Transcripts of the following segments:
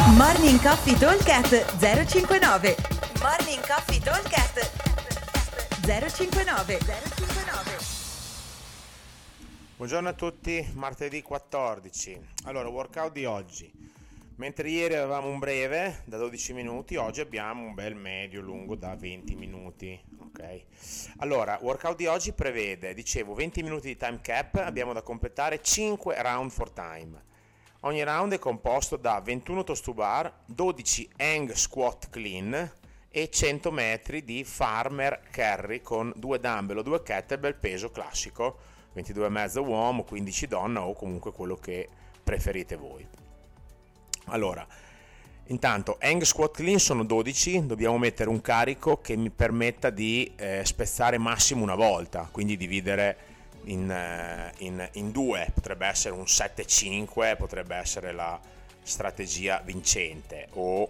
Morning Coffee Talkcast 059. Morning Coffee Talkcast 059. Buongiorno a tutti, martedì 14. Allora, workout di oggi. Mentre ieri avevamo un breve da 12 minuti, oggi abbiamo un bel medio lungo da 20 minuti. Ok. Allora, workout di oggi prevede, dicevo, 20 minuti di time cap, abbiamo da completare 5 round for time. Ogni round è composto da 21 toast to bar, 12 hang squat clean e 100 metri di farmer carry con 2 dumbbell o 2 kettlebell peso classico, 22,5 uomo, 15 donna o comunque quello che preferite voi. Allora, intanto hang squat clean sono 12, dobbiamo mettere un carico che mi permetta di spezzare massimo una volta, quindi dividere in due, potrebbe essere un 7-5, potrebbe essere la strategia vincente o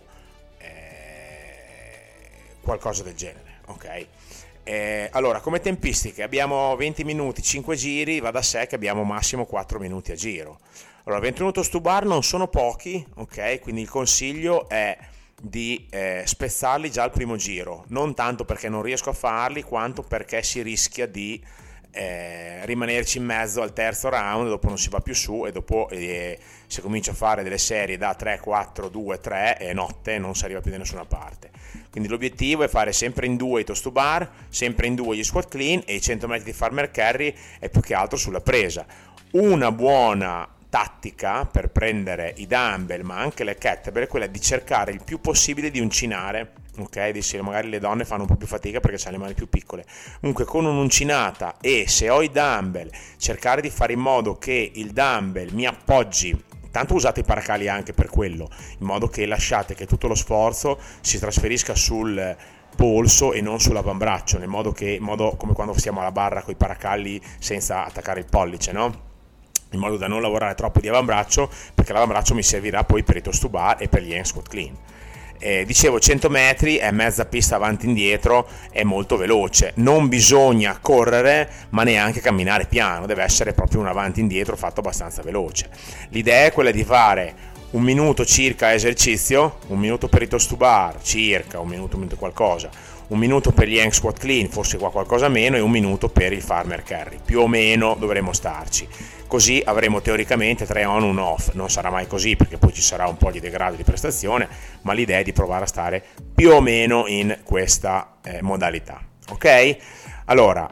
qualcosa del genere, ok? Allora, come tempistiche abbiamo 20 minuti, 5 giri, va da sé che abbiamo massimo 4 minuti a giro. Allora, 21 toast to bar non sono pochi, ok? Quindi il consiglio è di spezzarli già al primo giro, non tanto perché non riesco a farli, quanto perché si rischia di rimanerci in mezzo al terzo round, dopo non si va più su e dopo si comincia a fare delle serie da 3, 4, 2, 3 e notte non si arriva più da nessuna parte. Quindi l'obiettivo è fare sempre in 2 i toast to bar, sempre in 2 gli squat clean e i 100 metri di farmer carry è più che altro sulla presa. Una buona tattica per prendere i dumbbell ma anche le kettlebell è quella di cercare il più possibile di uncinare, ok? Magari le donne fanno un po' più fatica perché hanno le mani più piccole, comunque con un'uncinata, e se ho i dumbbell cercare di fare in modo che il dumbbell mi appoggi, tanto usate i paracali anche per quello, in modo che lasciate che tutto lo sforzo si trasferisca sul polso e non sull'avambraccio, in modo come quando siamo alla barra con i paracalli senza attaccare il pollice, no? In modo da non lavorare troppo di avambraccio, perché l'avambraccio mi servirà poi per i toast to bar e per gli hang squat clean. Dicevo, 100 metri è mezza pista avanti e indietro, è molto veloce, non bisogna correre ma neanche camminare piano, deve essere proprio un avanti e indietro fatto abbastanza veloce. L'idea è quella di fare un minuto circa esercizio, un minuto per i toast to bar, circa un minuto qualcosa, un minuto per gli hang squat clean, forse qua qualcosa meno, e un minuto per il farmer carry, più o meno dovremo starci. Così avremo teoricamente 3 on, 1 off, non sarà mai così perché poi ci sarà un po' di degrado di prestazione, ma l'idea è di provare a stare più o meno in questa modalità, ok? Allora,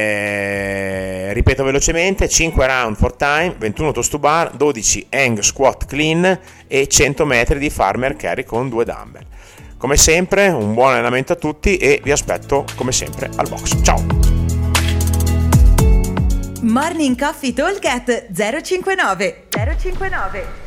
ripeto velocemente: 5 round for time, 21 toast to bar, 12 hang squat clean e 100 metri di farmer carry con 2 dumbbell. Come sempre un buon allenamento a tutti e vi aspetto come sempre al box. Ciao! Morning Coffee Talkcast 059.